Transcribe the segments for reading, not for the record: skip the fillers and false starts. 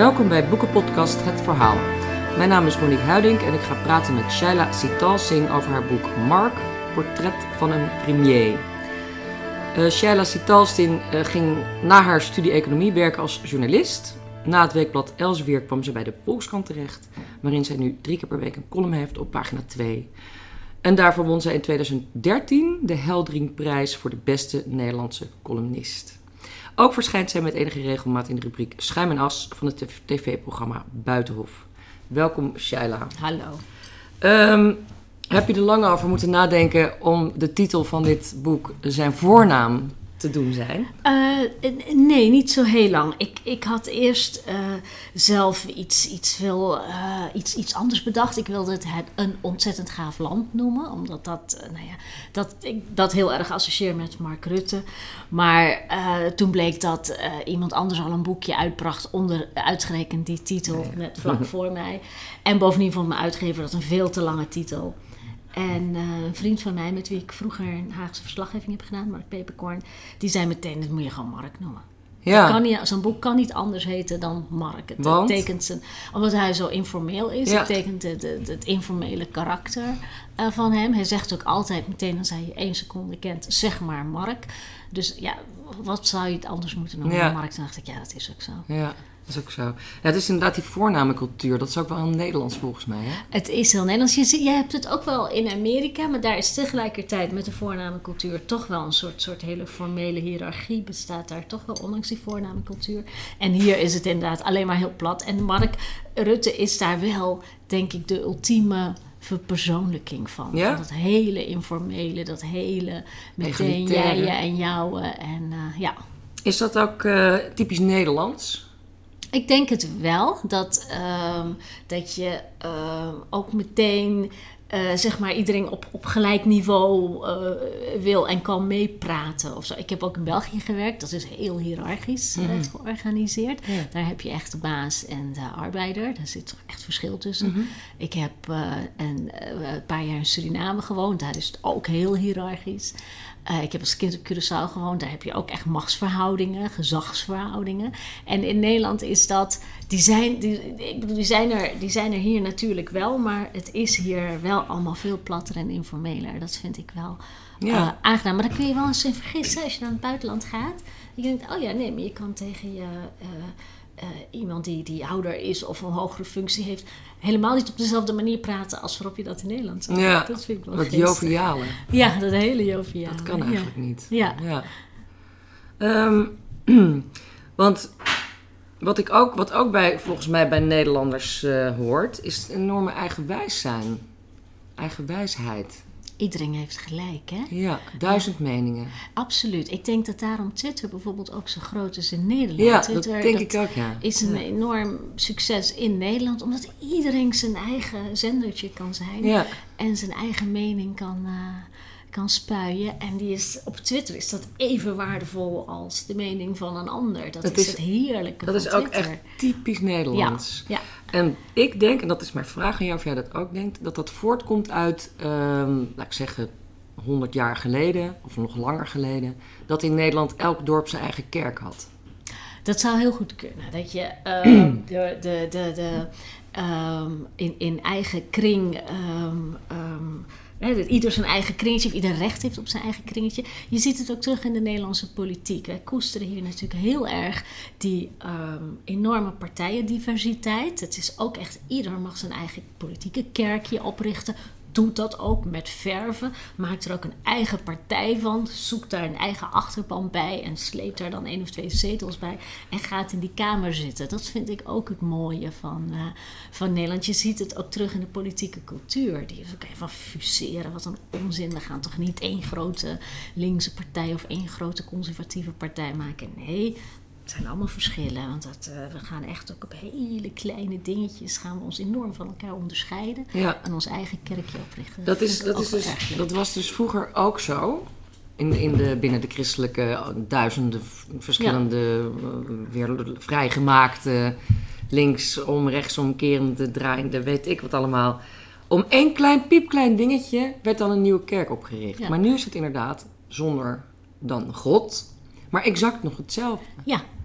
Welkom bij Boekenpodcast Het Verhaal. Mijn naam is Monique Huiding en ik ga praten met Shaila Sitalsingh over haar boek Mark, portret van een premier. Shaila Sitalsingh ging na haar studie economie werken als journalist. Na het weekblad Elsevier kwam ze bij de Volkskrant terecht, waarin zij nu 3 keer per week een column heeft op pagina 2. En daarvoor won zij in 2013 de Heldringprijs voor de beste Nederlandse columnist. Ook verschijnt zij met enige regelmaat in de rubriek Schuim en As van het tv-programma Buitenhof. Welkom, Shaila. Hallo. Heb je er lang over moeten nadenken om de titel van dit boek zijn voornaam te doen zijn? Nee, niet zo heel lang. Ik had eerst zelf iets anders bedacht. Ik wilde het een ontzettend gaaf land noemen. Omdat ik dat heel erg associeer met Mark Rutte. Maar toen bleek dat iemand anders al een boekje uitbracht onder uitgerekend die titel, net vlak voor mij. En bovendien vond mijn uitgever dat een veel te lange titel. En een vriend van mij, met wie ik vroeger een Haagse verslaggeving heb gedaan, Mark Peperkorn, die zei meteen, dat moet je gewoon Mark noemen. Ja. Zo'n boek kan niet anders heten dan Mark. Want? Het tekent omdat hij zo informeel is. Ja. Het tekent het informele karakter van hem. Hij zegt ook altijd meteen, als hij je 1 seconde kent, zeg maar Mark. Dus ja, wat zou je het anders moeten noemen dan Mark? Toen dacht ik, ja, dat is ook zo. Ja. Dat is ook zo. Ja, het is inderdaad die voornamencultuur. Dat is ook wel heel Nederlands volgens mij, hè? Het is heel Nederlands. Je hebt het ook wel in Amerika, maar daar is tegelijkertijd met de voornamencultuur toch wel een soort hele formele hiërarchie bestaat daar toch wel, ondanks die voornamencultuur. En hier is het inderdaad alleen maar heel plat. En Mark Rutte is daar wel, denk ik, de ultieme verpersoonlijking van. Ja? Van dat hele informele, dat hele meteen Egalitaire. jij en jou. Ja. Is dat ook typisch Nederlands? Ik denk het wel, dat je ook meteen zeg maar iedereen op gelijk niveau wil en kan meepraten of zo. Ik heb ook in België gewerkt, dat is heel hiërarchisch georganiseerd. Ja. Daar heb je echt de baas en de arbeider, daar zit toch echt verschil tussen. Mm-hmm. Ik heb een paar jaar in Suriname gewoond, daar is het ook heel hiërarchisch. Ik heb als kind op Curaçao gewoond. Daar heb je ook echt machtsverhoudingen, gezagsverhoudingen. En in Nederland is dat... Die zijn er hier natuurlijk wel, maar het is hier wel allemaal veel platter en informeler. Dat vind ik wel aangenaam. Maar daar kun je wel eens in vergissen als je naar het buitenland gaat. Je denkt, oh ja, nee, maar je kan tegen je... iemand die ouder is of een hogere functie heeft, helemaal niet op dezelfde manier praten als waarop je dat in Nederland zou. Ja, dat vind ik wel wat joviale. Ja, dat hele joviale. Dat kan eigenlijk niet. Ja. Want wat ook volgens mij bij Nederlanders hoort, is het enorme eigenwijsheid. Iedereen heeft gelijk, hè? Ja, 1000 meningen. Absoluut. Ik denk dat daarom Twitter bijvoorbeeld ook zo groot is in Nederland. Ja, Twitter, dat denk ik ook, ja. Is een enorm succes in Nederland, omdat iedereen zijn eigen zendertje kan zijn en zijn eigen mening kan spuien. En op Twitter is dat even waardevol als de mening van een ander. Dat is het heerlijke van Twitter. Dat is ook echt typisch Nederlands. Ja. En ik denk, en dat is mijn vraag aan jou of jij dat ook denkt, dat dat voortkomt uit, laat ik zeggen, 100 jaar geleden of nog langer geleden, dat in Nederland elk dorp zijn eigen kerk had. Dat zou heel goed kunnen. Dat je in eigen kring... dat ieder zijn eigen kringetje, of ieder recht heeft op zijn eigen kringetje. Je ziet het ook terug in de Nederlandse politiek. Wij koesteren hier natuurlijk heel erg die enorme partijendiversiteit. Het is ook echt, ieder mag zijn eigen politieke kerkje oprichten. Doet dat ook met verven. Maakt er ook een eigen partij van. Zoekt daar een eigen achterban bij. En sleept daar dan 1 of 2 zetels bij. En gaat in die Kamer zitten. Dat vind ik ook het mooie van Nederland. Je ziet het ook terug in de politieke cultuur. Die is ook even van fuseren. Wat een onzin. We gaan toch niet 1 grote linkse partij of 1 grote conservatieve partij maken. Nee, het zijn allemaal verschillen. Want we gaan echt ook op hele kleine dingetjes gaan we ons enorm van elkaar onderscheiden. Ja. En ons eigen kerkje oprichten. Dat was dus vroeger ook zo. Binnen de christelijke duizenden verschillende weer vrijgemaakte linksom, rechtsom, kerende, draaiende, weet ik wat allemaal. Om 1 klein piepklein dingetje werd dan een nieuwe kerk opgericht. Ja. Maar nu is het inderdaad zonder dan God, maar exact nog hetzelfde. Ja.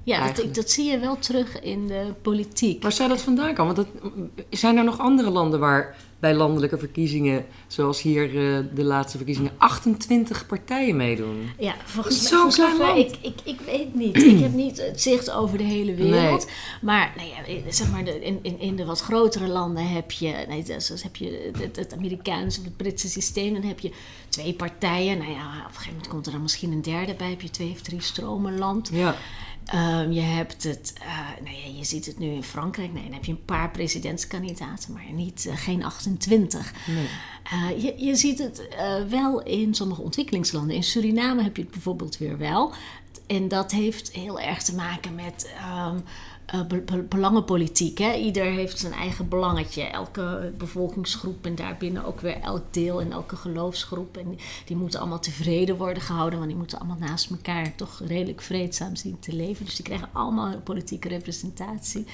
Ja, dat zie je wel terug in de politiek. Waar zou dat vandaan komen? Want zijn er nog andere landen waar bij landelijke verkiezingen, zoals hier de laatste verkiezingen, 28 partijen meedoen? Ja, volgens mij. Ik weet niet. Ik heb niet het zicht over de hele wereld. Nee. Maar, zeg maar in de wat grotere landen heb je, het Amerikaanse of het Britse systeem. Dan heb je 2 partijen. Nou ja, op een gegeven moment komt er dan misschien een derde bij. Heb je 2 of 3 stromen land. Ja. Je hebt het, je ziet het nu in Frankrijk. Nee, dan heb je een paar presidentskandidaten, maar geen 28. Nee. Je ziet het wel in sommige ontwikkelingslanden. In Suriname heb je het bijvoorbeeld weer wel. En dat heeft heel erg te maken met belangenpolitiek. Hè? Ieder heeft zijn eigen belangetje. Elke bevolkingsgroep en daarbinnen ook weer elk deel en elke geloofsgroep. En die moeten allemaal tevreden worden gehouden, want die moeten allemaal naast elkaar toch redelijk vreedzaam zien te leven. Dus die krijgen allemaal een politieke representatie.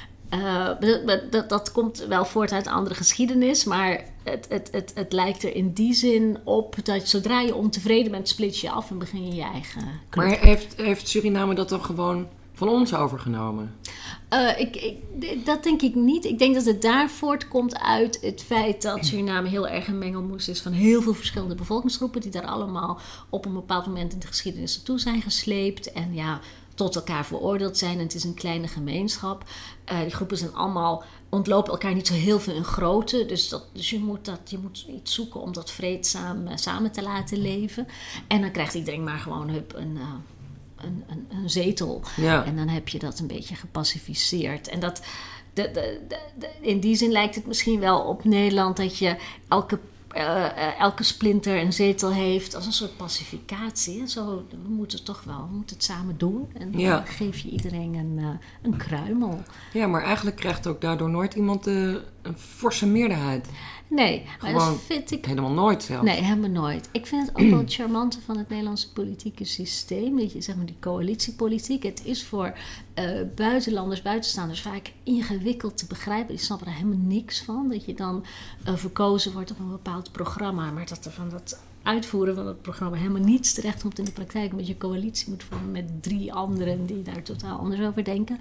Dat komt wel voort uit een andere geschiedenis, maar het lijkt er in die zin op dat zodra je ontevreden bent, split je af en begin je je eigen club. Maar heeft Suriname dat dan gewoon van ons overgenomen? Dat denk ik niet. Ik denk dat het daar voortkomt uit het feit dat Suriname heel erg een mengelmoes is van heel veel verschillende bevolkingsgroepen die daar allemaal op een bepaald moment in de geschiedenis naartoe zijn gesleept en tot elkaar veroordeeld zijn. En het is een kleine gemeenschap. Die groepen zijn allemaal, ontlopen elkaar niet zo heel veel in grootte. Dus je moet iets zoeken om dat vreedzaam samen te laten leven. En dan krijgt iedereen maar gewoon een zetel. Ja. En dan heb je dat een beetje gepacificeerd. En in die zin lijkt het misschien wel op Nederland dat je elke splinter een zetel heeft als een soort pacificatie. Zo, we moeten het samen doen. En dan geef je iedereen een kruimel. Ja, maar eigenlijk krijgt ook daardoor nooit iemand een forse meerderheid. Nee, maar gewoon dat vind ik helemaal nooit zelfs. Nee, helemaal nooit. Ik vind het ook wel het charmante van het Nederlandse politieke systeem. Dat je, zeg maar, die coalitiepolitiek. Het is voor buitenlanders, buitenstaanders vaak ingewikkeld te begrijpen. Die snappen er helemaal niks van. Dat je dan verkozen wordt op een bepaald programma. Maar dat er van dat uitvoeren van het programma helemaal niets terecht komt in de praktijk. Omdat je coalitie moet vormen met 3 anderen die daar totaal anders over denken.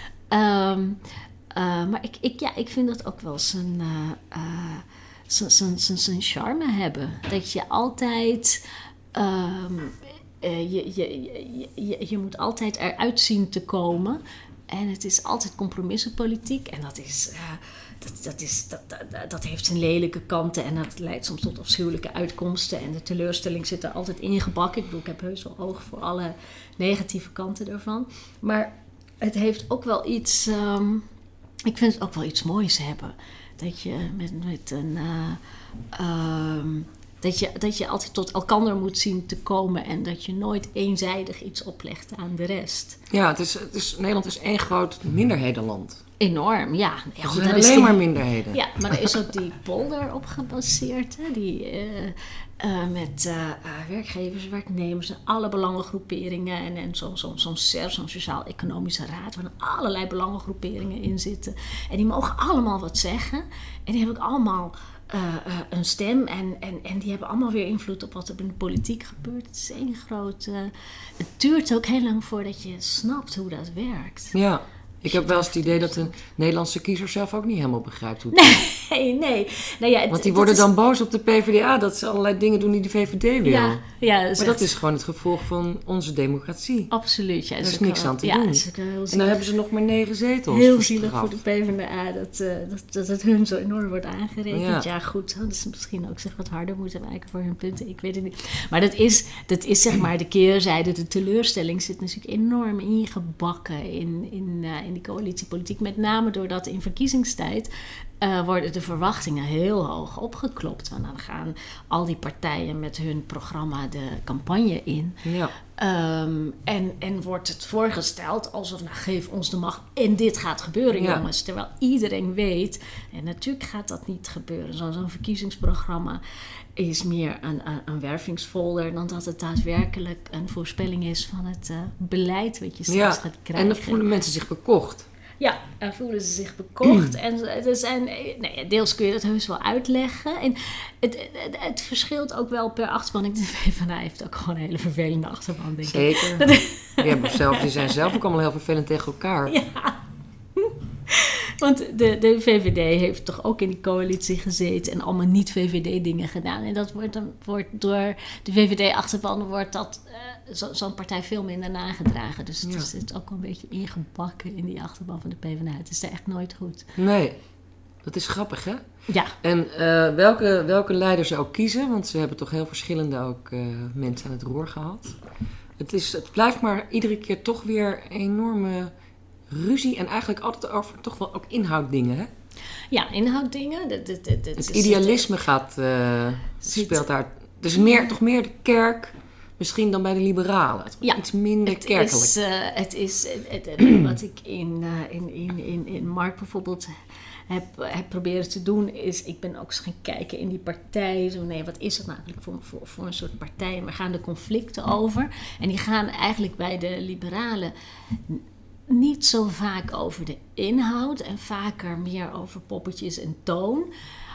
Maar ik vind dat ook wel zijn charme hebben. Dat je altijd je moet altijd eruit zien te komen. En het is altijd compromissenpolitiek. En dat heeft zijn lelijke kanten. En dat leidt soms tot afschuwelijke uitkomsten. En de teleurstelling zit er altijd ingebakken. Ik bedoel, ik heb heus wel oog voor alle negatieve kanten daarvan. Maar het heeft ook wel iets... ik vind het ook wel iets moois hebben. Dat je met een... Dat je altijd tot elkander moet zien te komen en dat je nooit eenzijdig iets oplegt aan de rest. Ja, Nederland is één groot minderhedenland. Enorm, ja. Er zijn alleen maar minderheden. Ja, maar er is ook die polder op gebaseerd. Hè, die met werkgevers, werknemers en alle belangengroeperingen. En zo'n CER, zo'n Sociaal-Economische Raad, waar dan allerlei belangengroeperingen in zitten. En die mogen allemaal wat zeggen. En die hebben ook allemaal... een stem en die hebben allemaal weer invloed op wat er in de politiek gebeurt. Het is één groot... het duurt ook heel lang voordat je snapt hoe dat werkt. Ja, ik heb wel eens het idee dat de Nederlandse kiezer zelf ook niet helemaal begrijpt hoe het Nee. Nou ja, want die worden dan boos op de PvdA dat ze allerlei dingen doen die de VVD wil. Ja, maar dat is gewoon het gevolg van onze democratie. Absoluut. Ja, er is niks aan te doen. En dan hebben ze nog maar 9 zetels. Heel zielig voor de PvdA dat het hun zo enorm wordt aangerekend. Ja, goed, dat ze misschien ook zich wat harder moeten maken voor hun punten. Ik weet het niet. Maar dat is zeg maar de keerzijde. De teleurstelling zit natuurlijk enorm ingebakken in die coalitiepolitiek. Met name doordat in verkiezingstijd worden de verwachtingen heel hoog opgeklopt. Want dan gaan al die partijen met hun programma de campagne in. Ja. En wordt het voorgesteld alsof, geef ons de macht en dit gaat gebeuren, jongens. Terwijl iedereen weet, en natuurlijk gaat dat niet gebeuren. Zo'n verkiezingsprogramma is meer een wervingsfolder dan dat het daadwerkelijk een voorspelling is van het beleid wat je straks gaat krijgen. En dan voelen mensen zich bekocht. Ja, en voelen ze zich bekocht. En er zijn, deels kun je dat heus wel uitleggen. En het verschilt ook wel per achterban. De PvdA heeft ook gewoon een hele vervelende achterban, denk ik. Zeker. Die zijn zelf ook allemaal heel vervelend tegen elkaar. Ja. Want de VVD heeft toch ook in die coalitie gezeten en allemaal niet-VVD-dingen gedaan. En dat wordt door de VVD-achterban wordt dat zo'n partij veel minder nagedragen. Dus het zit ook wel een beetje ingebakken in die achterban van de PvdA. Het is er echt nooit goed. Nee, dat is grappig, hè? Ja. En welke leider ze ook kiezen, want ze hebben toch heel verschillende ook mensen aan het roer gehad. Het blijft maar iedere keer toch weer enorme ruzie en eigenlijk altijd over toch wel ook inhouddingen, hè? Ja, inhouddingen. Het idealisme speelt daar. Dus toch meer de kerk misschien dan bij de liberalen. Het wordt iets minder kerkelijk. Wat ik in Mark bijvoorbeeld heb proberen te doen is, ik ben ook eens gaan kijken in die partij. Wat is het nou eigenlijk voor een soort partij? En waar gaan de conflicten over? En die gaan eigenlijk bij de liberalen niet zo vaak over de inhoud en vaker meer over poppetjes en toon.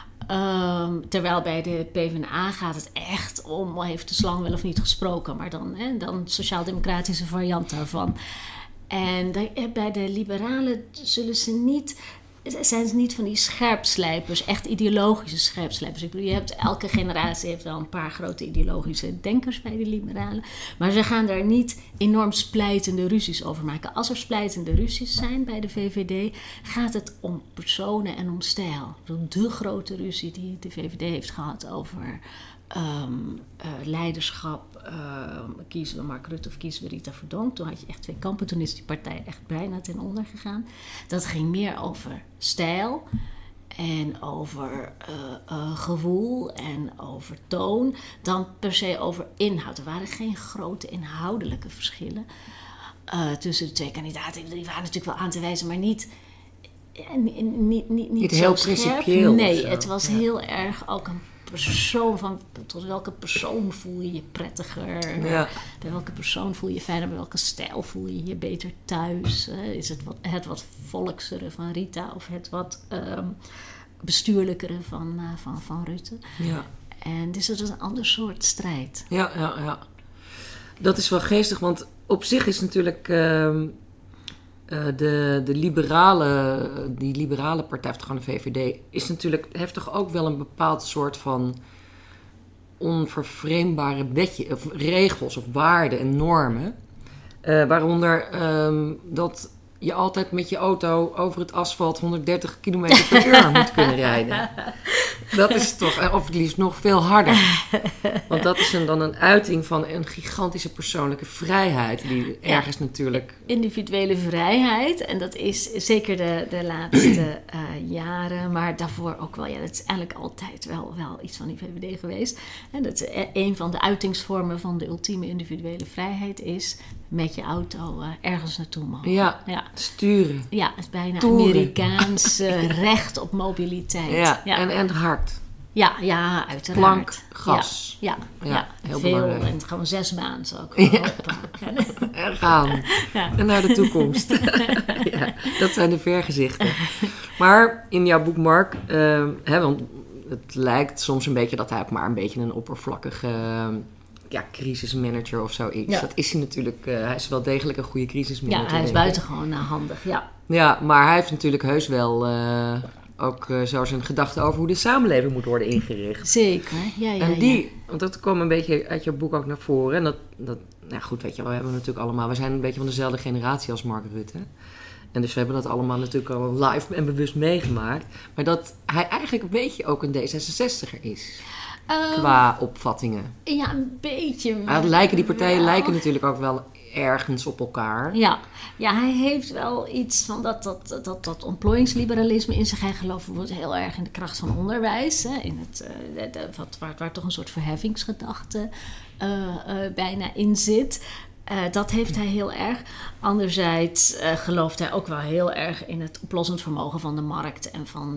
Terwijl bij de PvdA gaat het echt om, heeft de slang wel of niet gesproken, maar dan sociaal-democratische variant daarvan. En bij de liberalen zijn ze niet van die scherpslijpers, echt ideologische scherpslijpers. Ik bedoel, elke generatie heeft wel een paar grote ideologische denkers bij de liberalen. Maar ze gaan daar niet enorm splijtende ruzies over maken. Als er splijtende ruzies zijn bij de VVD, gaat het om personen en om stijl. Ik bedoel, de grote ruzie die de VVD heeft gehad over leiderschap. Kiezen we Mark Rutte of kiezen we Rita Verdonk? Toen had je echt twee kampen. Toen is die partij echt bijna ten onder gegaan. Dat ging meer over stijl en over gevoel en over toon dan per se over inhoud. Er waren geen grote inhoudelijke verschillen tussen de twee kandidaten. Die waren natuurlijk wel aan te wijzen, maar niet heel principieel. Nee, het was heel erg ook een persoon van tot welke persoon voel je je prettiger? Ja. Bij welke persoon voel je je fijner? Bij welke stijl voel je je beter thuis? Is het wat volksere van Rita of het wat bestuurlijkere van Rutte? Ja. En dus dat is een ander soort strijd. Ja. Dat is wel geestig, want op zich is natuurlijk die liberale partij, of gewoon de VVD, heeft toch ook wel een bepaald soort van onvervreembare regels of waarden en normen. Waaronder dat je altijd met je auto over het asfalt 130 km per uur moet kunnen rijden. Dat is toch, of het liefst nog veel harder. Want dat is dan een uiting van een gigantische persoonlijke vrijheid. Die ergens natuurlijk... Individuele vrijheid. En dat is zeker de laatste jaren. Maar daarvoor ook wel. Ja, dat is eigenlijk altijd wel iets van die VVD geweest. En dat is een van de uitingsvormen van de ultieme individuele vrijheid is met je auto ergens naartoe mogen. Ja, sturen. Ja, het is bijna toeren. Amerikaans recht op mobiliteit. Ja. En hard. Ja, uiteraard. Plank, gas. Ja, heel veel. belangrijk. En gewoon 6 baans ook. En gaan. Ja. En naar de toekomst. Ja, dat zijn de vergezichten. Maar in jouw boek, Mark, want het lijkt soms een beetje dat hij ook maar een beetje een oppervlakkige crisismanager of zoiets. Ja. Dat is hij natuurlijk. Hij is wel degelijk een goede crisismanager. Ja, hij is buitengewoon handig, Ja, maar hij heeft natuurlijk heus wel ook zo zijn gedachten over hoe de samenleving moet worden ingericht. Zeker, ja. Want dat kwam een beetje uit je boek ook naar voren. En dat goed, weet je, we hebben natuurlijk allemaal, we zijn een beetje van dezelfde generatie als Mark Rutte. En dus we hebben dat allemaal natuurlijk al live en bewust meegemaakt. Maar dat hij eigenlijk een beetje ook een D66er is. Qua opvattingen. Ja, een beetje. Die partijen lijken natuurlijk ook wel ergens op elkaar. Ja, hij heeft wel iets van dat ontplooiingsliberalisme in zich. Hij gelooft bijvoorbeeld heel erg in de kracht van onderwijs. Hè, in waar toch een soort verheffingsgedachte bijna in zit. Dat heeft hij heel erg. Anderzijds gelooft hij ook wel heel erg in het oplossend vermogen van de markt en van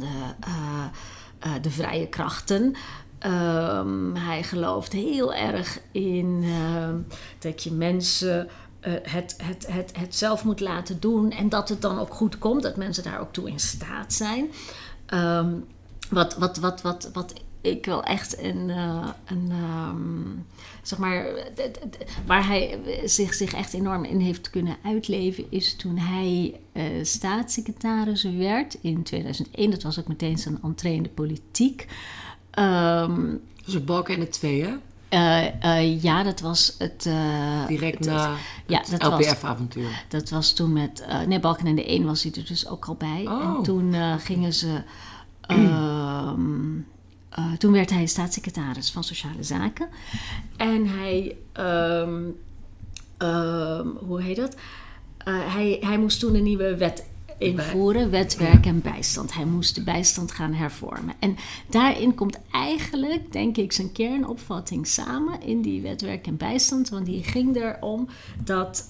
de vrije krachten. Hij gelooft heel erg in dat je mensen het zelf moet laten doen en dat het dan ook goed komt, dat mensen daar ook toe in staat zijn. Wat ik wel echt zeg maar, waar hij zich echt enorm in heeft kunnen uitleven, is toen hij staatssecretaris werd in 2001. Dat was ook meteen zijn entree in de politiek. Dat was het Balkenende 2, hè? Ja, dat was het... Direct na het LPF-avontuur. Dat was toen met... Balkenende 1 was hij er dus ook al bij. Oh. En toen gingen ze... toen werd hij staatssecretaris van Sociale Zaken. En hij... hoe heet dat? Hij moest toen een nieuwe wet invoeren, wet, werk en bijstand. Hij moest de bijstand gaan hervormen. En daarin komt eigenlijk, denk ik, zijn kernopvatting samen in die wet, werk en bijstand. Want die ging erom dat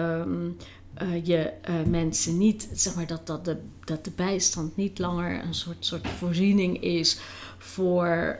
je mensen niet, zeg maar, dat de bijstand niet langer een soort voorziening is voor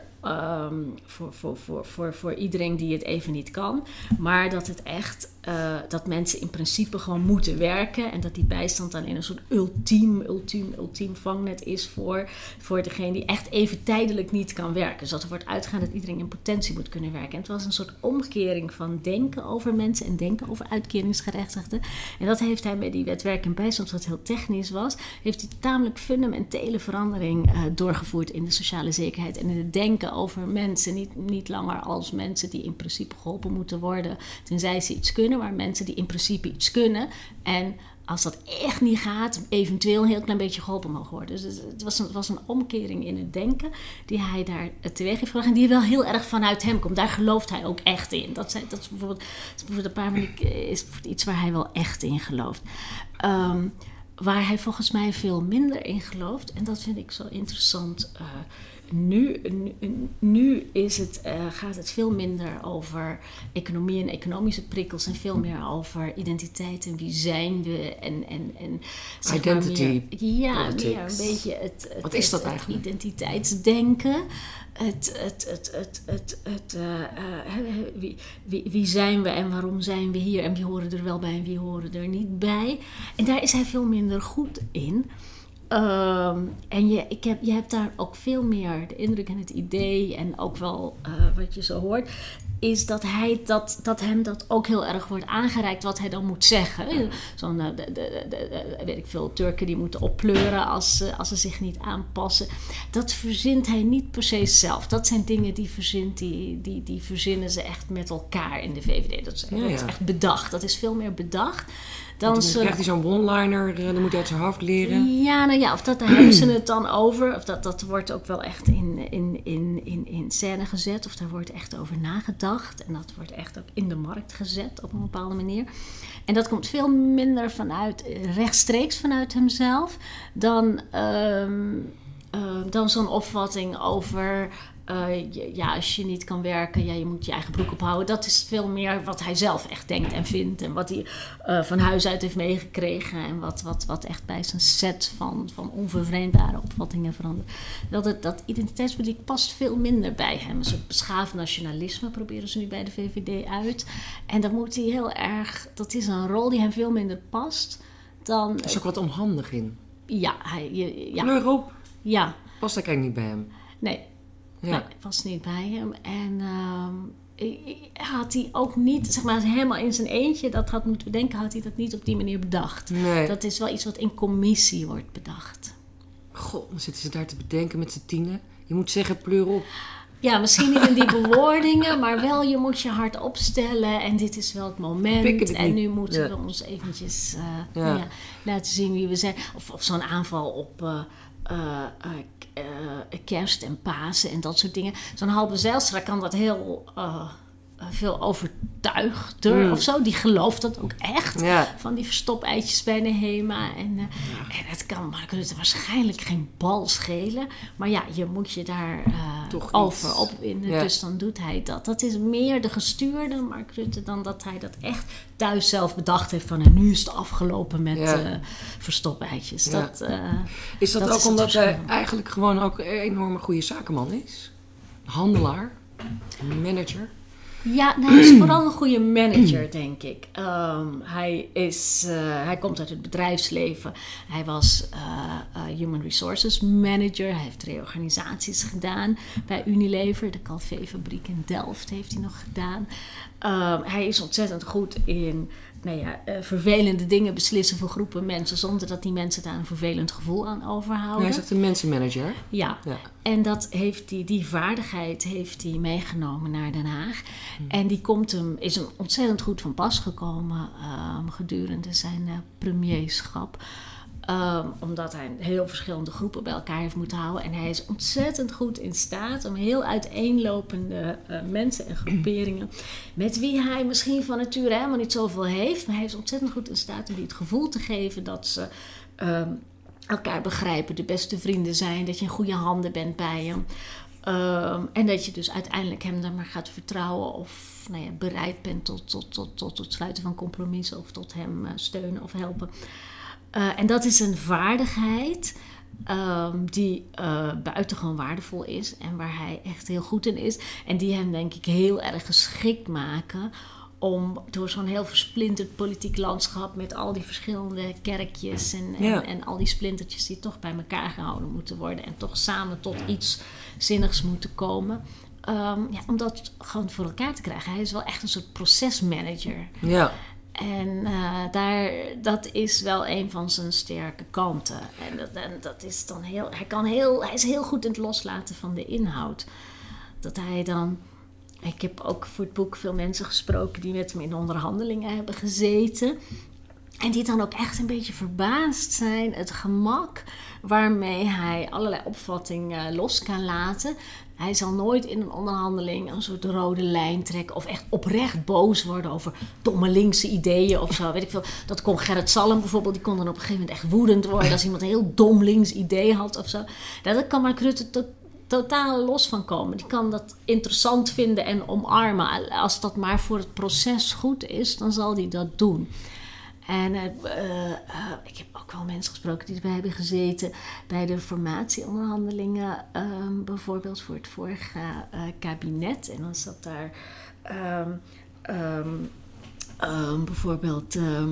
iedereen die het even niet kan. Maar dat het echt, dat mensen in principe gewoon moeten werken. En dat die bijstand alleen een soort ultiem vangnet is voor degene die echt even tijdelijk niet kan werken. Dus dat er wordt uitgegaan dat iedereen in potentie moet kunnen werken. En het was een soort omkering van denken over mensen en denken over uitkeringsgerechtigden. En dat heeft hij met die wet werk en bijstand, wat heel technisch was, heeft hij tamelijk fundamentele verandering doorgevoerd in de sociale zekerheid en in het denken over mensen. Niet langer als mensen die in principe geholpen moeten worden, tenzij ze iets kunnen, maar mensen die in principe iets kunnen. En als dat echt niet gaat, eventueel een heel klein beetje geholpen mogen worden. Dus het was een omkering in het denken die hij daar teweeg heeft gebracht. En die wel heel erg vanuit hem komt. Daar gelooft hij ook echt in. Dat is bijvoorbeeld een paar manieren, is iets waar hij wel echt in gelooft. Waar hij volgens mij veel minder in gelooft. En dat vind ik zo interessant. Nu gaat het veel minder over economie en economische prikkels en veel meer over identiteit en wie zijn we en identity meer een beetje wat is dat eigenlijk? Identiteitsdenken. Wie zijn we en waarom zijn we hier en wie horen er wel bij en wie horen er niet bij. En daar is hij veel minder goed in. En je hebt daar ook veel meer de indruk en het idee en ook wel wat je zo hoort, is dat hem dat ook heel erg wordt aangereikt wat hij dan moet zeggen. Zo'n, weet ik veel, Turken die moeten oppleuren als ze zich niet aanpassen. Dat verzint hij niet per se zelf. Dat zijn dingen die verzinnen ze echt met elkaar in de VVD. Dat is echt bedacht. Dat is veel meer bedacht. Dan krijgt hij zo'n one-liner, dan moet hij uit zijn hoofd leren. Ja, of daar hebben ze het dan over. Of dat wordt ook wel echt in scène gezet. Of daar wordt echt over nagedacht. En dat wordt echt ook in de markt gezet op een bepaalde manier. En dat komt veel minder rechtstreeks vanuit hemzelf dan zo'n opvatting over als je niet kan werken, je moet je eigen broek ophouden. Dat is veel meer wat hij zelf echt denkt en vindt. En wat hij van huis uit heeft meegekregen. En wat echt bij zijn set van onvervreemdbare opvattingen verandert. Dat identiteitspolitiek past veel minder bij hem. Een soort beschaafd nationalisme proberen ze nu bij de VVD uit. En dan moet hij heel erg... Dat is een rol die hem veel minder past dan... Er is ook wat onhandig in. Ja. Kleur op. Ja. Past dat eigenlijk niet bij hem? Nee. Ja. Nee, past niet bij hem. En had hij ook niet, zeg maar, helemaal in zijn eentje dat had moeten bedenken, had hij dat niet op die manier bedacht. Nee. Dat is wel iets wat in commissie wordt bedacht. God, dan zitten ze daar te bedenken met z'n tienen. Je moet zeggen, pleur op. Ja, misschien niet in die bewoordingen, maar wel je moet je hart opstellen en dit is wel het moment. En nu moeten we ons eventjes laten zien wie we zijn. Of zo'n aanval op... kerst en Pasen en dat soort dingen. Zo'n Halbe Zijlstra kan dat heel veel overtuigder of zo. Die gelooft dat ook echt. Ja. Van die verstopeitjes bij de HEMA. En het kan Mark Rutte waarschijnlijk geen bal schelen. Maar ja, je moet je daar over opwinden. Ja. Dus dan doet hij dat. Dat is meer de gestuurde Mark Rutte dan dat hij dat echt thuis zelf bedacht heeft van nu is het afgelopen met verstopeitjes. Ja. Is dat ook omdat hij eigenlijk gewoon ook een enorme goede zakenman is? Handelaar? Manager? Ja, hij is vooral een goede manager, denk ik. Hij komt uit het bedrijfsleven. Hij was Human Resources Manager. Hij heeft reorganisaties gedaan bij Unilever. De Calvé-fabriek in Delft heeft hij nog gedaan. Hij is ontzettend goed in vervelende dingen beslissen voor groepen mensen, zonder dat die mensen daar een vervelend gevoel aan overhouden. Hij is echt een mensenmanager. Ja. En die vaardigheid heeft hij meegenomen naar Den Haag. En is hem ontzettend goed van pas gekomen gedurende zijn premierschap. Omdat hij heel verschillende groepen bij elkaar heeft moeten houden. En hij is ontzettend goed in staat om heel uiteenlopende mensen en groeperingen, met wie hij misschien van nature helemaal niet zoveel heeft, maar hij is ontzettend goed in staat om die het gevoel te geven dat ze elkaar begrijpen, de beste vrienden zijn, dat je in goede handen bent bij hem. En dat je dus uiteindelijk hem dan maar gaat vertrouwen of bereid bent tot het sluiten van compromissen of tot hem steunen of helpen. En dat is een vaardigheid die buitengewoon waardevol is en waar hij echt heel goed in is. En die hem denk ik heel erg geschikt maken om door zo'n heel versplinterd politiek landschap met al die verschillende kerkjes en al die splintertjes die toch bij elkaar gehouden moeten worden en toch samen tot iets zinnigs moeten komen. Om dat gewoon voor elkaar te krijgen. Hij is wel echt een soort procesmanager. Ja. En dat is wel een van zijn sterke kanten. En dat is dan hij is heel goed in het loslaten van de inhoud. Dat hij dan... Ik heb ook voor het boek veel mensen gesproken die met hem in onderhandelingen hebben gezeten. En die dan ook echt een beetje verbaasd zijn. Het gemak waarmee hij allerlei opvattingen los kan laten. Hij zal nooit in een onderhandeling een soort rode lijn trekken. Of echt oprecht boos worden over domme linkse ideeën of zo. Weet ik veel. Dat kon Gerrit Salm bijvoorbeeld. Die kon dan op een gegeven moment echt woedend worden als iemand een heel dom links idee had of zo. Daar kan Mark Rutte totaal los van komen. Die kan dat interessant vinden en omarmen. Als dat maar voor het proces goed is, dan zal hij dat doen. En ik heb ook wel mensen gesproken die erbij hebben gezeten bij de formatieonderhandelingen, bijvoorbeeld voor het vorige kabinet. En dan zat daar bijvoorbeeld...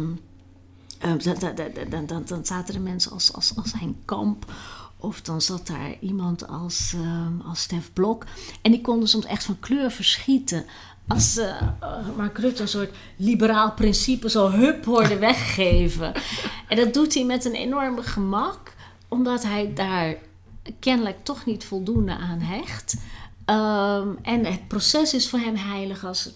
Dan zaten er mensen als Henk Kamp. Of dan zat daar iemand als Stef Blok. En die konden soms echt van kleur verschieten. Als Mark Rutte een soort liberaal principe zo hup hoorde weggeven. En dat doet hij met een enorme gemak. Omdat hij daar kennelijk toch niet voldoende aan hecht. En het proces is voor hem heilig als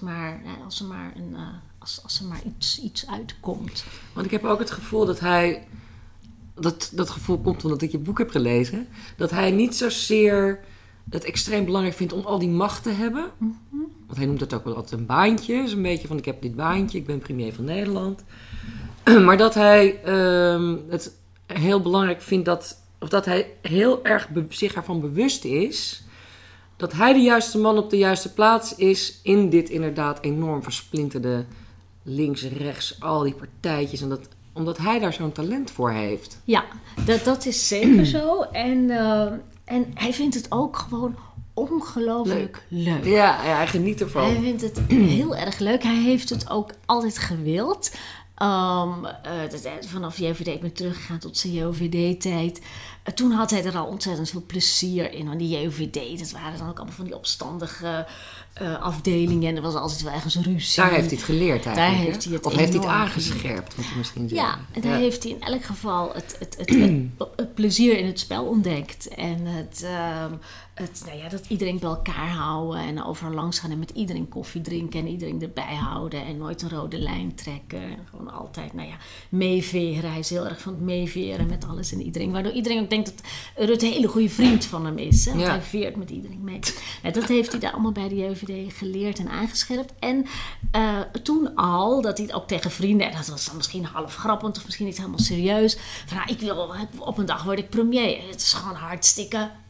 er maar iets uitkomt. Want ik heb ook het gevoel dat hij... Dat gevoel komt omdat ik je boek heb gelezen. Dat hij niet zozeer het extreem belangrijk vindt om al die macht te hebben. Mm-hmm. Want hij noemt het ook wel altijd een baantje. Dus een beetje van ik heb dit baantje, ik ben premier van Nederland. Maar dat hij het heel belangrijk vindt dat hij heel erg zich ervan bewust is dat hij de juiste man op de juiste plaats is in dit inderdaad enorm versplinterde links, rechts, al die partijtjes en omdat hij daar zo'n talent voor heeft. Ja, dat is zeker zo. En hij vindt het ook gewoon ongelooflijk leuk. Ja, hij geniet ervan. Hij vindt het heel erg leuk. Hij heeft het ook altijd gewild. Vanaf JOVD, ik ben teruggegaan tot zijn JOVD-tijd. Toen had hij er al ontzettend veel plezier in. Want die JOVD, dat waren dan ook allemaal van die opstandige afdelingen. En er was altijd wel ergens ruzie. Daar heeft hij het geleerd eigenlijk. Daar heeft hij het of heeft hij het aangescherpt, moet je misschien zeggen. Ja, en daar heeft hij in elk geval het plezier in het spel ontdekt. En dat iedereen bij elkaar houden en overal langs gaan en met iedereen koffie drinken en iedereen erbij houden en nooit een rode lijn trekken. En gewoon altijd, meeveren. Hij is heel erg van het meeveren met alles en iedereen. Waardoor iedereen ook denkt dat Rutte een hele goede vriend van hem is. Hè? Want hij veert met iedereen mee. Dat heeft hij daar allemaal bij de JOVD geleerd en aangescherpt. En toen al, dat hij het ook tegen vrienden, en dat was dan misschien half grappend of misschien niet helemaal serieus. Van ik wil op een dag word ik premier. Het is gewoon hartstikke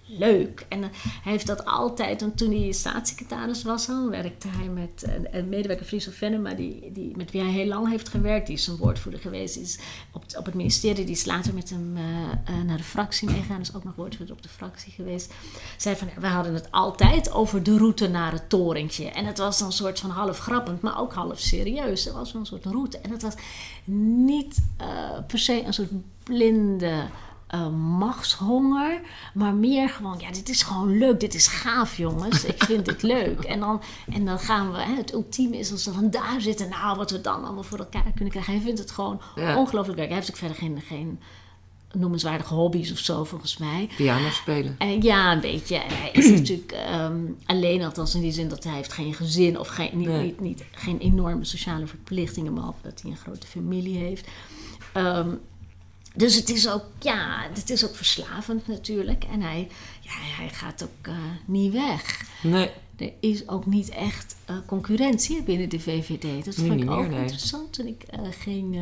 leuk. En hij heeft dat altijd, want toen hij staatssecretaris was al, werkte hij met een medewerker, Friso Venema, die met wie hij heel lang heeft gewerkt. Die is zijn woordvoerder geweest, die is op het ministerie, die is later met hem naar de fractie meegegaan, is ook nog woordvoerder op de fractie geweest. Zei van, we hadden het altijd over de route naar het torentje. En het was dan een soort van half grappend, maar ook half serieus. Het was wel een soort route. En het was niet per se een soort blinde machtshonger, maar meer gewoon, dit is gewoon leuk, dit is gaaf, jongens, ik vind dit leuk. En dan gaan we, het ultieme is als we dan daar zitten, nou, wat we dan allemaal voor elkaar kunnen krijgen. Hij vindt het gewoon ongelooflijk leuk. Hij heeft ook verder geen noemenswaardige hobby's of zo, volgens mij. Piano spelen. Ja, een beetje. En hij is natuurlijk alleen, althans in die zin dat hij heeft geen gezin of geen enorme sociale verplichtingen, behalve dat hij een grote familie heeft. Dus het is ook verslavend natuurlijk. En hij gaat ook niet weg. Nee. Er is ook niet echt concurrentie binnen de VVD. Dat vond ik ook interessant toen ik ging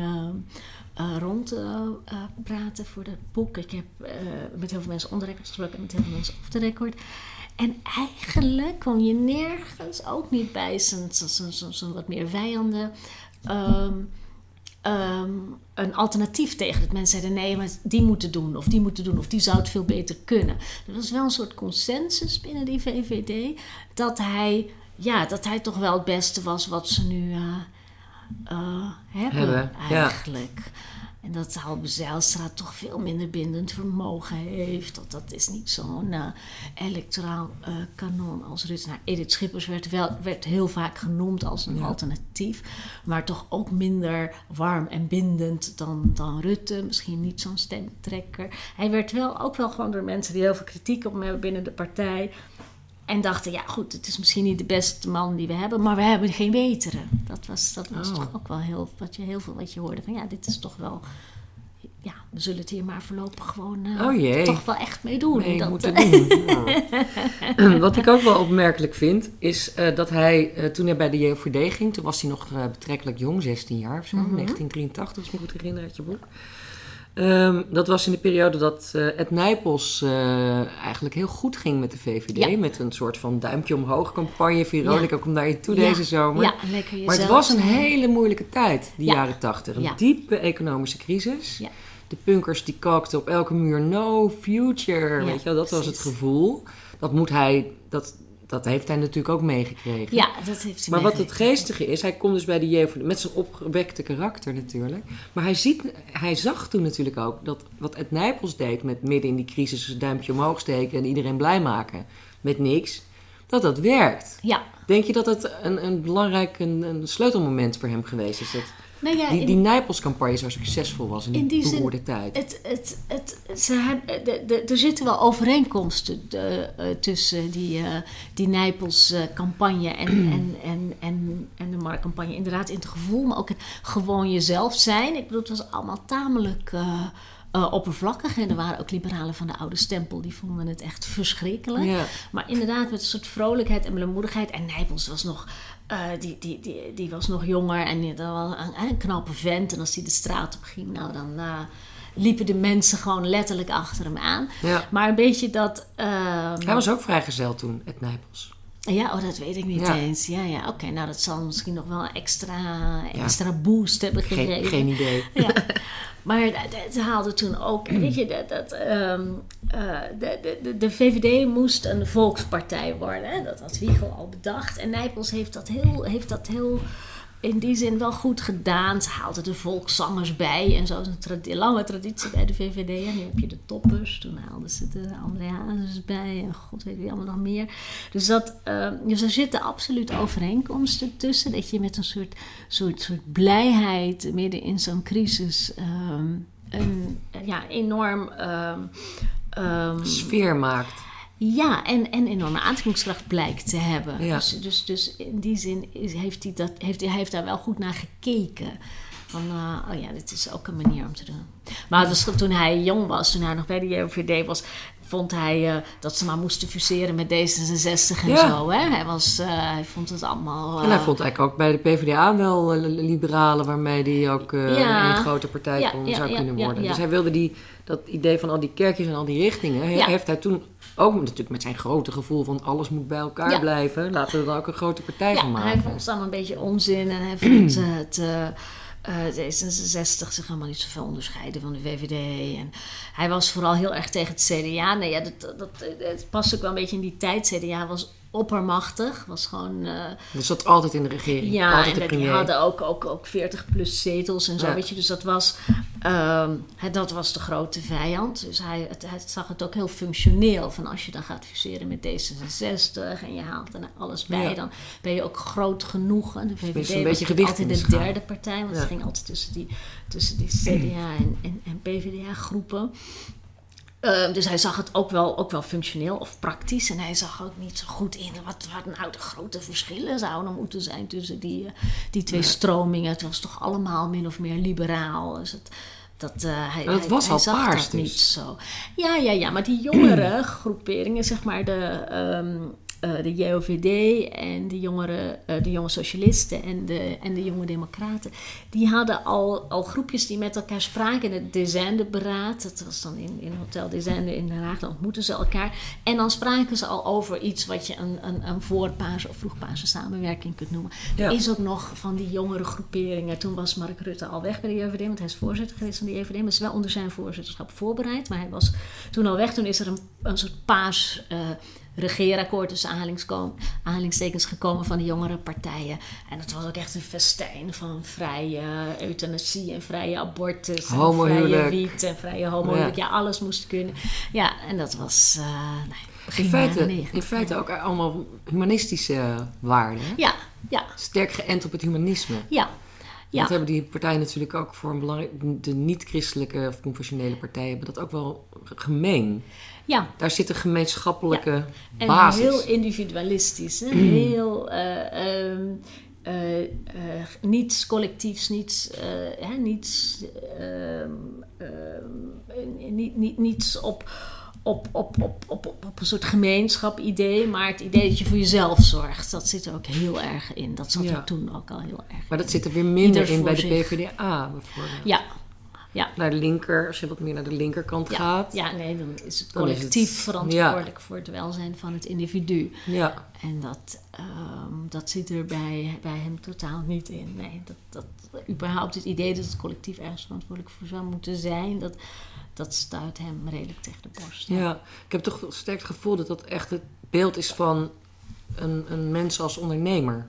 praten voor dat boek. Ik heb met heel veel mensen on the record gesproken en met heel veel mensen off the record. En eigenlijk kom je nergens, ook niet bij zo'n wat meer vijanden, een alternatief tegen. Dat mensen zeiden, nee, maar die moeten doen, of die zou het veel beter kunnen. Er was wel een soort consensus binnen die VVD dat hij toch wel het beste was wat ze nu hebben eigenlijk. Ja. En dat Halbe Zijlstra toch veel minder bindend vermogen heeft. Dat is niet zo'n electoraal kanon als Rutte. Nou, Edith Schippers werd heel vaak genoemd als een alternatief. Maar toch ook minder warm en bindend dan Rutte. Misschien niet zo'n stemtrekker. Hij werd ook wel gewoon door mensen die heel veel kritiek op hem hebben binnen de partij. En dachten, ja goed, het is misschien niet de beste man die we hebben, maar we hebben geen betere. Dat was toch ook wel heel veel wat je hoorde. Van dit is toch wel, we zullen het hier maar voorlopig gewoon toch wel echt mee doen. Moeten doen. Wat ik ook wel opmerkelijk vind, is dat hij, toen hij bij de JOVD ging, toen was hij nog betrekkelijk jong, 16 jaar of zo, 1983, als ik me goed herinner uit je boek. Dat was in de periode dat Ed Nijpels eigenlijk heel goed ging met de VVD. Ja. Met een soort van duimpje omhoog campagne. Veronica komt naar je toe deze zomer. Ja, lekker jezelf. Maar het was een hele moeilijke tijd, die jaren 80. Een diepe economische crisis. Ja. De punkers die kalkten op elke muur no future. Weet je wel, dat was het gevoel. Dat heeft hij natuurlijk ook meegekregen. Ja, dat heeft hij. Maar wat het geestige is, hij komt dus bij de JOVD met zijn opgewekte karakter natuurlijk. Maar hij zag toen natuurlijk ook dat wat Ed Nijpels deed met midden in die crisis een duimpje omhoog steken en iedereen blij maken met niks, dat werkt. Ja. Denk je dat het een belangrijk een sleutelmoment voor hem geweest is? Die Nijpels-campagne zo succesvol was in die beroerde tijd. Er zitten wel overeenkomsten tussen die Nijpels-campagne en de Mark-campagne. Inderdaad in het gevoel, maar ook het gewoon jezelf zijn. Ik bedoel, het was allemaal tamelijk oppervlakkig. En er waren ook liberalen van de oude stempel, die vonden het echt verschrikkelijk. Ja. Maar inderdaad met een soort vrolijkheid en blijmoedigheid. En Nijpels was nog die was nog jonger en dat was een knappe vent. En als hij de straat op ging, dan liepen de mensen gewoon letterlijk achter hem aan. Ja. Maar een beetje dat... Hij was ook vrijgezel toen, Ed Nijpels. Ja, dat weet ik niet eens. Ja. Oké, nou dat zal misschien nog wel een extra boost hebben gegeven. Geen idee. Ja. Maar het haalde toen ook... Weet je, de VVD moest een volkspartij worden. Hè? Dat had Wiegel al bedacht. En Nijpels heeft dat heel in die zin wel goed gedaan. Ze haalden de volkszangers bij. En zo is een lange traditie bij de VVD. En nu heb je de toppers. Toen haalden ze de André Hazes bij. En god weet wie allemaal nog meer. Dus er zitten absoluut overeenkomsten tussen. Dat je met een soort blijheid midden in zo'n crisis een enorm sfeer maakt. Ja, en enorme aantrekkingskracht blijkt te hebben. Ja. Dus in die zin heeft hij daar wel goed naar gekeken. Van, dit is ook een manier om te doen. Maar dus, toen hij jong was, toen hij nog bij de JOVD was, vond hij dat ze maar moesten fuseren met D66 en zo. Hè? Hij vond het allemaal... En hij vond eigenlijk ook bij de PvdA wel liberalen, waarmee hij ook een grote partij zou kunnen worden. Dus hij wilde dat idee van al die kerkjes en al die richtingen, heeft hij toen Ook natuurlijk met zijn grote gevoel van alles moet bij elkaar blijven. Laten we er dan ook een grote partij van maken. Hij vond het allemaal een beetje onzin. En hij vond D66 zich helemaal niet zoveel onderscheiden van de VVD. En hij was vooral heel erg tegen het CDA. Nou ja, dat past ook wel een beetje in die tijd. CDA was oppermachtig. Was gewoon... dus zat altijd in de regering. Ja, altijd en de premier. die hadden ook 40 plus zetels en zo. Ja. Weet je, dus dat was de grote vijand. Dus hij zag het ook heel functioneel. Van als je dan gaat fuseren met D66 en je haalt er alles bij, dan ben je ook groot genoeg. En de VVD was altijd de derde partij, want het ging altijd tussen die CDA en PvdA groepen. Dus hij zag het ook wel functioneel of praktisch. En hij zag ook niet zo goed in wat nou de grote verschillen zouden moeten zijn tussen die twee stromingen. Het was toch allemaal min of meer liberaal. Dus hij was al zag paars dat dus. niet zo. Ja, maar die jongere groeperingen, zeg maar de JOVD en de jonge socialisten en de jonge democraten, die hadden al groepjes die met elkaar spraken in het Desende-beraad. Dat was dan in Hotel Desende in Den Haag. Dan ontmoetten ze elkaar. En dan spraken ze al over iets wat je een voorpaarse of vroegpaarse samenwerking kunt noemen. Ja. Er is ook nog van die jongere groeperingen. Toen was Mark Rutte al weg bij de JOVD, want hij is voorzitter geweest van de JOVD. Maar is wel onder zijn voorzitterschap voorbereid. Maar hij was toen al weg. Toen is er een soort paars regeerakkoord tussen aanhalingstekens gekomen van de jongere partijen. En het was ook echt een festijn van vrije euthanasie en vrije abortus. En vrije wiet en vrije homohuwelijk. Ja, alles moest kunnen. Ja, en dat was in feite ook allemaal humanistische waarden. Hè? Ja. Sterk geënt op het humanisme. Ja. Dat hebben die partijen natuurlijk ook voor een belangrijk... De niet-christelijke of confessionele partijen hebben dat ook wel gemeen. Ja. Daar zit een gemeenschappelijke basis. En heel individualistisch. Hè? Heel... niets collectiefs, niets op een soort gemeenschap idee, maar het idee dat je voor jezelf zorgt, dat zit er ook heel erg in. Dat zat er toen ook al heel erg in. Maar dat zit er weer minder in bij de PvdA bijvoorbeeld. Ja. Naar de linker, als je wat meer naar de linkerkant gaat. Ja, nee, dan is het collectief verantwoordelijk voor het welzijn van het individu. Ja. En dat zit er bij hem totaal niet in. Nee, dat überhaupt het idee dat het collectief ergens verantwoordelijk voor zou moeten zijn, dat stuit hem redelijk tegen de borst. Ja, ik heb toch sterk het gevoel dat dat echt het beeld is van een mens als ondernemer.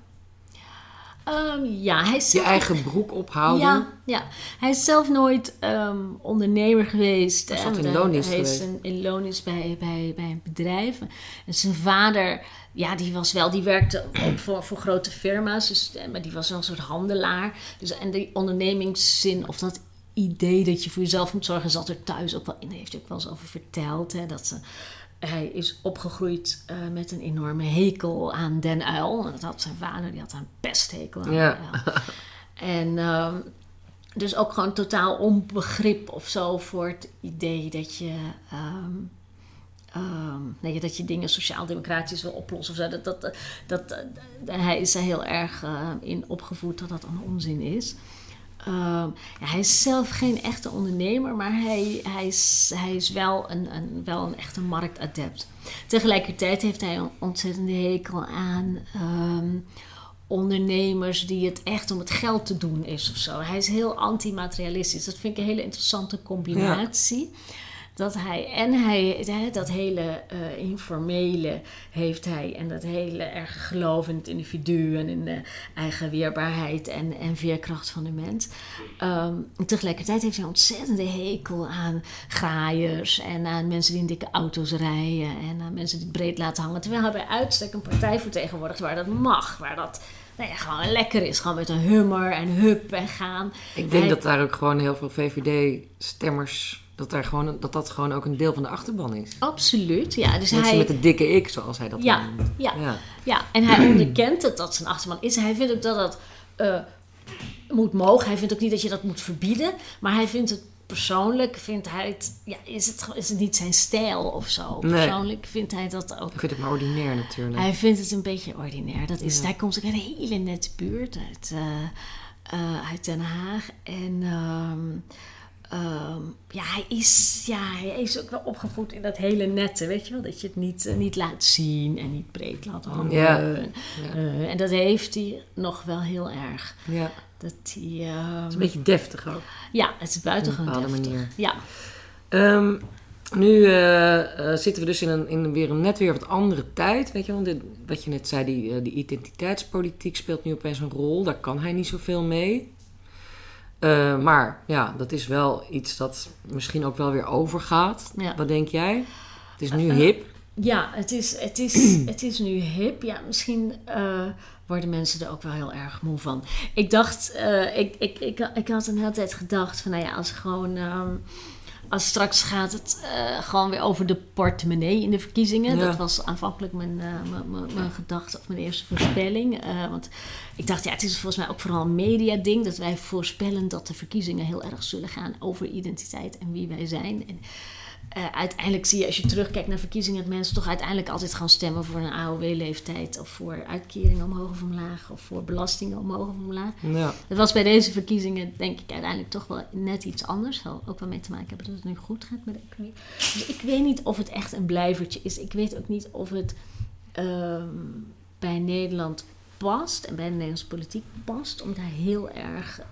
Hij is je eigen broek ophouden. Ja. Hij is zelf nooit ondernemer geweest. Hij zat in loondienst geweest. Hij is in loondienst bij een bedrijf. En zijn vader, die werkte ook voor grote firma's. Dus, maar die was wel een soort handelaar. Dus, en die ondernemingszin of dat idee dat je voor jezelf moet zorgen, zat er thuis ook wel in. Daar heeft hij ook wel eens over verteld. Hè, hij is opgegroeid met een enorme hekel aan Den Uyl. En dat had zijn vader, die had een pesthekel aan Den Uyl. En dus ook gewoon totaal onbegrip of zo voor het idee dat je... dat je dingen sociaal-democratisch wil oplossen. Of zo. Hij is er heel erg in opgevoed dat dat een onzin is. Hij is zelf geen echte ondernemer, maar hij is wel een echte marktadept. Tegelijkertijd heeft hij een ontzettende hekel aan ondernemers die het echt om het geld te doen is of zo. Hij is heel anti-materialistisch. Dat vind ik een hele interessante combinatie. Ja. Dat hele informele heeft hij en dat hele erge geloof in het individu en in de eigen weerbaarheid en veerkracht van de mens. Tegelijkertijd heeft hij een ontzettende hekel aan graaiers en aan mensen die in dikke auto's rijden en aan mensen die het breed laten hangen. Terwijl hij bij uitstek een partij vertegenwoordigt waar dat mag, waar dat gewoon lekker is. Gewoon met een hummer en hup en gaan. Ik denk dat daar ook gewoon heel veel VVD-stemmers... Dat gewoon ook een deel van de achterban is. Absoluut, ja. Dus mensen met de dikke ik, zoals hij dat noemt. Ja, en hij onderkent het dat zijn achterban is. Hij vindt ook dat moet mogen. Hij vindt ook niet dat je dat moet verbieden. Maar hij vindt het persoonlijk, is het niet zijn stijl of zo. Nee. Persoonlijk vindt hij dat ook. Ik vind het maar ordinair natuurlijk. Hij vindt het een beetje ordinair. Hij komt ook uit een hele nette buurt uit Den Haag. En... hij is ook wel opgevoed in dat hele nette, weet je wel. Dat je het niet laat zien en niet breed laat hangen. Ja. En dat heeft hij nog wel heel erg. Ja. Dat hij... Het is een beetje deftig ook. Ja, het is buitengewoon Op een deftig. bepaalde Ja. Nu zitten we dus in weer een net weer wat andere tijd. Weet je wel, wat je net zei, die identiteitspolitiek speelt nu opeens een rol. Daar kan hij niet zoveel mee. Maar ja, dat is wel iets dat misschien ook wel weer overgaat. Ja. Wat denk jij? Het is nu hip. Ja, het is nu hip. Ja, misschien worden mensen er ook wel heel erg moe van. Ik dacht, ik had een hele tijd gedacht van, nou ja, als straks gaat het gewoon weer over de portemonnee in de verkiezingen. Ja. Dat was aanvankelijk mijn gedachte of mijn eerste voorspelling. Want ik dacht, ja, het is volgens mij ook vooral een mediading. Dat wij voorspellen dat de verkiezingen heel erg zullen gaan over identiteit en wie wij zijn. En uiteindelijk zie je, als je terugkijkt naar verkiezingen, dat mensen toch uiteindelijk altijd gaan stemmen voor een AOW-leeftijd. Of voor uitkeringen omhoog of omlaag. Of voor belastingen omhoog of omlaag. Ja. Dat was bij deze verkiezingen, denk ik, uiteindelijk toch wel net iets anders. Zal ook wel mee te maken hebben dat het nu goed gaat met de economie. Dus ik weet niet of het echt een blijvertje is. Ik weet ook niet of het bij Nederland past en bij de Nederlandse politiek past. Om daar heel erg...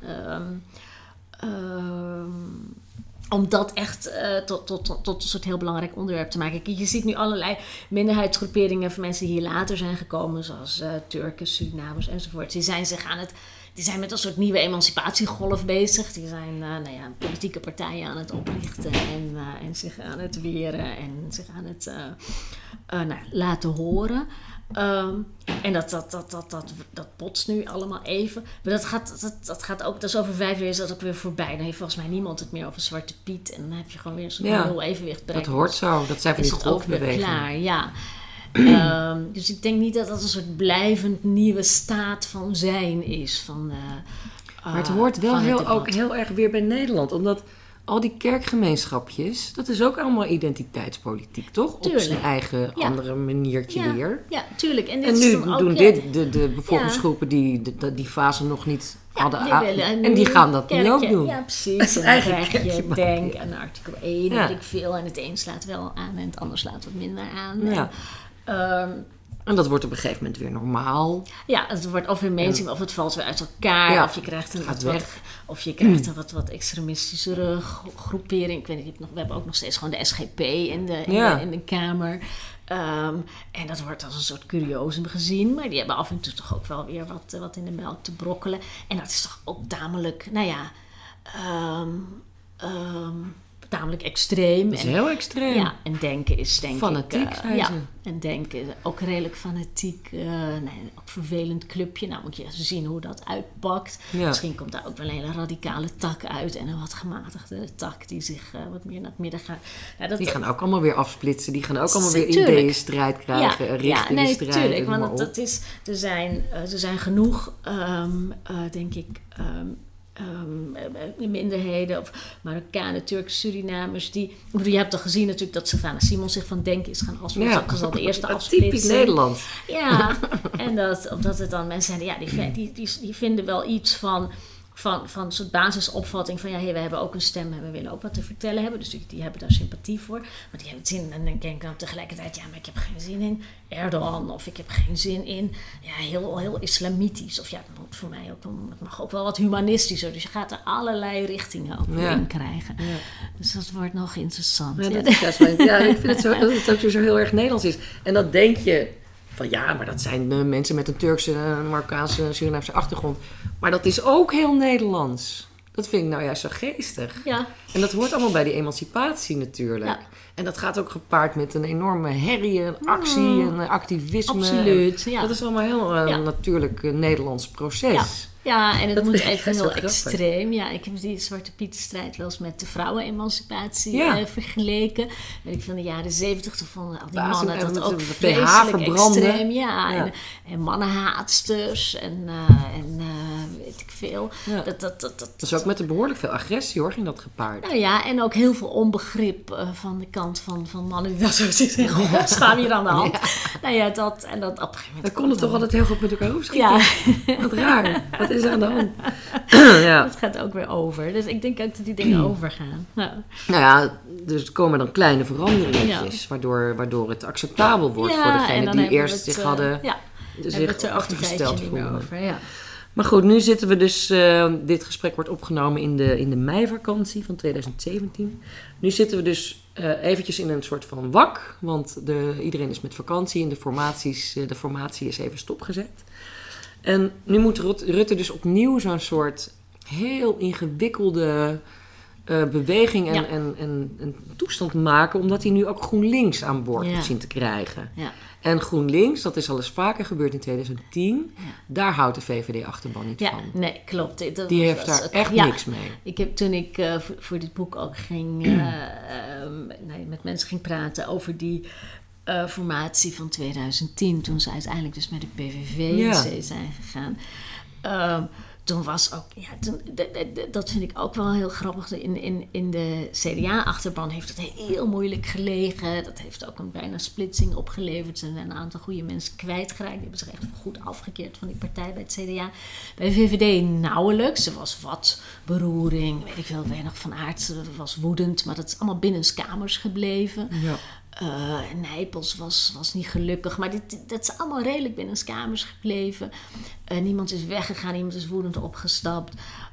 om dat echt tot een soort heel belangrijk onderwerp te maken. Je ziet nu allerlei minderheidsgroeperingen van mensen die hier later zijn gekomen, zoals Turken, Surinamers enzovoort. Die zijn met een soort nieuwe emancipatiegolf bezig. Die zijn politieke partijen aan het oprichten en zich aan het weren en zich aan het laten horen. En dat botst nu allemaal even. Maar dat gaat ook, dat is over 5 jaar is dat ook weer voorbij. Dan heeft volgens mij niemand het meer over Zwarte Piet. En dan heb je gewoon weer een soort heel evenwicht bereikt. Dat hoort zo. Dat zijn van die golfbewegingen. Klaar, ja. Dus ik denk niet dat dat een soort blijvend nieuwe staat van zijn is. Maar het hoort wel ook heel erg weer bij Nederland. Omdat al die kerkgemeenschapjes, dat is ook allemaal identiteitspolitiek, toch? Tuurlijk. Op zijn eigen andere maniertje weer. Ja, tuurlijk. En nu doen de bevolkingsgroepen die fase nog niet hadden en die gaan dat nu ook doen. Ja, precies. En dan krijg je denk aan artikel 1, weet ik veel. En het een slaat wel aan en het ander slaat wat minder aan. Ja. En dat wordt op een gegeven moment weer normaal. Ja, het wordt of weer mainstream of het valt weer uit elkaar. Ja, of je krijgt een wat extremistischere groepering. Ik weet niet, we hebben ook nog steeds gewoon de SGP in de Kamer. En dat wordt als een soort curiosum gezien. Maar die hebben af en toe toch ook wel weer wat in de melk te brokkelen. En dat is toch ook tamelijk, tamelijk extreem. Dat is heel extreem. Ja, en denken is denk fanatiek, ik... en denken ook redelijk fanatiek. Ook vervelend clubje. Nou moet je zien hoe dat uitpakt. Ja. Misschien komt daar ook wel een hele radicale tak uit. En een wat gematigde tak die zich wat meer naar het midden gaat. Ja, die gaan ook allemaal weer afsplitsen. Die gaan ook allemaal weer ideeënstrijd krijgen. Richtingstrijd. Ja, tuurlijk. Want er zijn genoeg, denk ik... minderheden of Marokkanen, Turken, Surinamers. Je hebt al gezien natuurlijk dat Savannah Simons zich van denken is gaan afsplitsen. Ja, dat is al de eerste afsplitsing. Typisch Nederland. Ja, en omdat het dan mensen zijn, die vinden wel iets van een soort basisopvatting van we hebben ook een stem en we willen ook wat te vertellen hebben. Dus die hebben daar sympathie voor. Maar die hebben zin en dan denk ik dan tegelijkertijd, maar ik heb geen zin in Erdogan of ik heb geen zin in heel islamitisch. Of het moet voor mij ook, het mag ook wel wat humanistischer. Dus je gaat er allerlei richtingen ook in krijgen. Ja. Dus dat wordt nog interessant. Ja, ik vind het zo, dat het ook zo heel erg Nederlands is. En dat denk je van maar dat zijn mensen met een Turkse, Marokkaanse, Surinaamse achtergrond. Maar dat is ook heel Nederlands. Dat vind ik nou juist zo geestig. Ja. En dat hoort allemaal bij die emancipatie natuurlijk. Ja. En dat gaat ook gepaard met een enorme herrie, een actie, en activisme. Absoluut, ja. Dat is allemaal heel natuurlijk Nederlands proces. Ja, en het moet even heel extreem. Ja, ik heb die Zwarte Pietenstrijd wel eens met de vrouwenemancipatie vergeleken. En ik van de jaren 70 vonden al die mannen dat ook vreselijk extreem. Ja. En mannenhaatsters. En weet ik veel. Ja. Dat is ook met behoorlijk veel agressie ging dat gepaard. Nou ja, en ook heel veel onbegrip van de kant van mannen die dat zo zitten. God, staan we hier aan de hand? Ja. Nou ja, dat op een gegeven moment... Dan kon het toch altijd heel goed met elkaar opschieten. Ja. Wat raar. Wat is er aan de hand? Ja. Dat gaat ook weer over. Dus ik denk ook dat die dingen overgaan. Nou ja, dus er komen dan kleine veranderingen, waardoor het acceptabel wordt voor degenen die eerst zich hadden zich achtergesteld voelden. Over, ja. Maar goed, nu zitten we dus... dit gesprek wordt opgenomen in de meivakantie van 2017. Nu zitten we dus eventjes in een soort van wak. Want iedereen is met vakantie en de formatie is even stopgezet. En nu moet Rutte dus opnieuw zo'n soort heel ingewikkelde beweging en toestand maken. Omdat hij nu ook GroenLinks aan boord moet zien te krijgen. Ja. En GroenLinks, dat is al eens vaker gebeurd in 2010. Ja. Daar houdt de VVD-achterban niet van. Nee, klopt. Die heeft daar echt niks mee. Toen ik voor dit boek ook met mensen ging praten over die formatie van 2010... toen ze uiteindelijk dus met de PVV zijn gegaan... Toen was ook, dat vind ik ook wel heel grappig. In de CDA-achterban heeft het heel moeilijk gelegen. Dat heeft ook een bijna splitsing opgeleverd. Er zijn een aantal goede mensen kwijtgeraakt. Die hebben zich echt goed afgekeerd van die partij bij het CDA. Bij de VVD nauwelijks. Er was wat beroering. Weet ik veel, weinig van Aert was woedend. Maar dat is allemaal binnenskamers gebleven. Ja. Nijpels was niet gelukkig. Maar dat is allemaal redelijk binnenskamers gebleven. Niemand is weggegaan. Niemand is woedend opgestapt.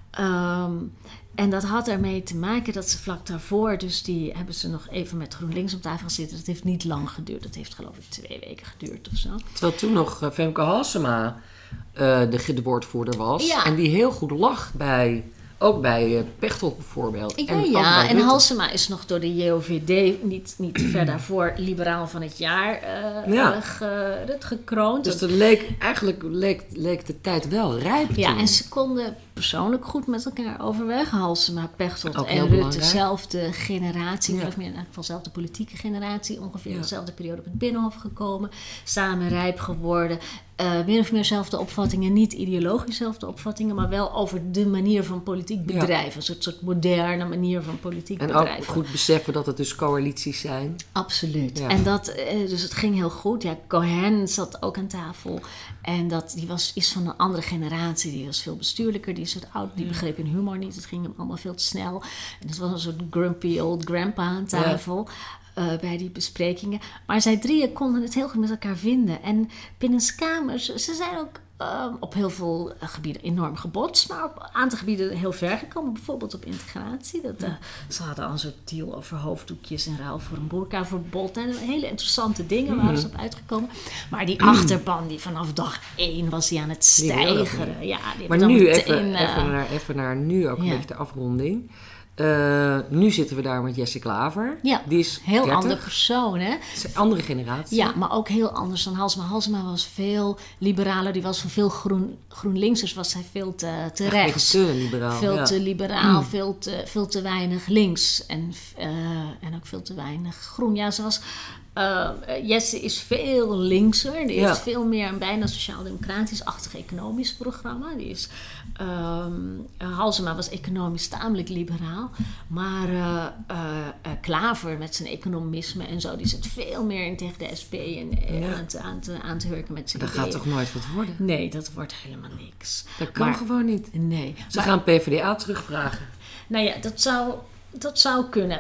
En dat had ermee te maken dat ze vlak daarvoor... dus die hebben ze nog even met GroenLinks op tafel gezeten. Dat heeft niet lang geduurd. Dat heeft geloof ik 2 weken geduurd of zo. Terwijl toen nog Femke Halsema de woordvoerder was. Ja. En die heel goed lag ook bij Pechtold bijvoorbeeld. En Halsema is nog door de JOVD niet ver daarvoor liberaal van het jaar gekroond. Dus dat leek de tijd wel rijp toen. Ja, en ze konden persoonlijk goed met elkaar overweg. Halsema, Pechtold en Rutte, dezelfde generatie, min of meer in ieder geval dezelfde politieke generatie, ongeveer dezelfde periode op het Binnenhof gekomen, samen rijp geworden. Min of meer dezelfde opvattingen, niet ideologisch dezelfde opvattingen, maar wel over de manier van politiek bedrijven. Een soort moderne manier van politiek bedrijven. En ook goed beseffen dat het dus coalities zijn. Absoluut. Ja. En dus het ging heel goed. Ja, Cohen zat ook aan tafel. En die is van een andere generatie. Die was veel bestuurlijker. Die is wat oud. Die begreep hun humor niet. Het ging hem allemaal veel te snel. En het was een soort grumpy old grandpa aan tafel. Bij die besprekingen. Maar zij drieën konden het heel goed met elkaar vinden. En binnenskamers, ze zijn ook op heel veel gebieden enorm gebotst. Maar op een aantal gebieden heel ver gekomen. Bijvoorbeeld op integratie. Ze hadden al een soort deal over hoofddoekjes in ruil voor een burkaverbod. En hele interessante dingen waren ze op uitgekomen. Maar die achterban, die vanaf dag 1 was die aan het stijgeren. Maar nu even naar nu ook een beetje de afronding. Nu zitten we daar met Jesse Klaver. Ja, die is heel 30. Ander persoon, hè? Andere generatie. Ja, maar ook heel anders dan Halsema. Halsema was veel liberaler. Die was van veel GroenLinksers was hij veel te rechts. Te liberaal. Veel te liberaal, veel te weinig links. En ook veel te weinig groen. Ja, zoals... Jesse is veel linkser. Die heeft veel meer een bijna sociaal-democratisch-achtig economisch programma. Halsema was economisch tamelijk liberaal. Maar Klaver met zijn economisme en zo... die zit veel meer in tegen de SP en aan te hurken met zijn ideeën. Dat gaat toch nooit wat worden? Nee, dat wordt helemaal niks. Dat kan gewoon niet. Nee. Ze gaan PvdA terugvragen. Nou ja, dat zou kunnen.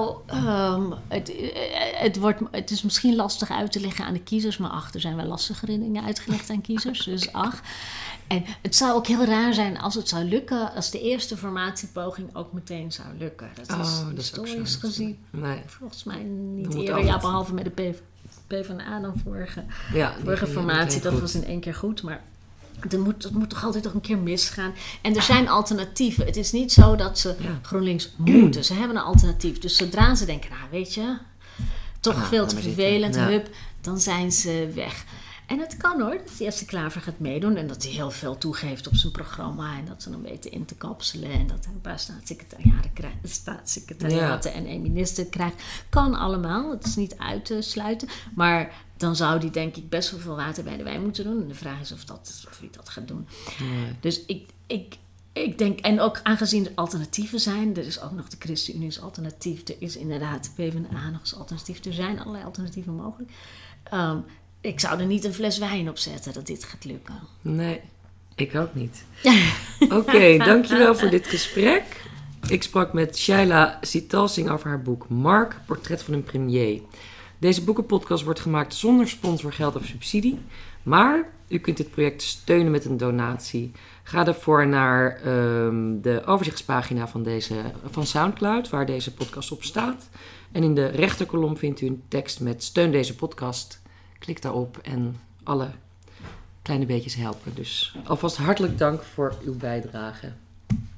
Het is misschien lastig uit te leggen aan de kiezers, maar er zijn wel lastige dingen uitgelegd aan kiezers. Dus En het zou ook heel raar zijn als het zou lukken, als de eerste formatiepoging ook meteen zou lukken. Dat is historisch gezien. Nee. Volgens mij niet eerder, behalve met de PvdA dan vorige formatie. Dat was in 1 keer goed, maar... Het moet toch altijd nog een keer misgaan. En er zijn alternatieven. Het is niet zo dat ze GroenLinks moeten. Ze hebben een alternatief. Dus zodra ze denken, weet je... toch veel te vervelend, dan zijn ze weg. En het kan hoor, dat Jesse Klaver gaat meedoen en dat hij heel veel toegeeft op zijn programma. En dat ze dan weten in te kapselen en dat hij een paar staatssecretariaten en minister krijgt. Kan allemaal, het is niet uit te sluiten. Maar dan zou die denk ik best wel veel water bij de wijn moeten doen. En de vraag is of hij dat gaat doen. Nee. Dus ik denk, en ook aangezien er alternatieven zijn, er is ook nog de ChristenUnie als alternatief, er is inderdaad de PvdA nog als alternatief, er zijn allerlei alternatieven mogelijk. Ik zou er niet een fles wijn op zetten dat dit gaat lukken. Nee, ik ook niet. Oké, dankjewel voor dit gesprek. Ik sprak met Shaila Sitalsing over haar boek Mark, Portret van een Premier. Deze boekenpodcast wordt gemaakt zonder sponsorgeld of subsidie, maar u kunt dit project steunen met een donatie. Ga daarvoor naar de overzichtspagina van Soundcloud, waar deze podcast op staat. En in de rechterkolom vindt u een tekst met steun deze podcast. Klik daarop en alle kleine beetjes helpen. Dus alvast hartelijk dank voor uw bijdrage.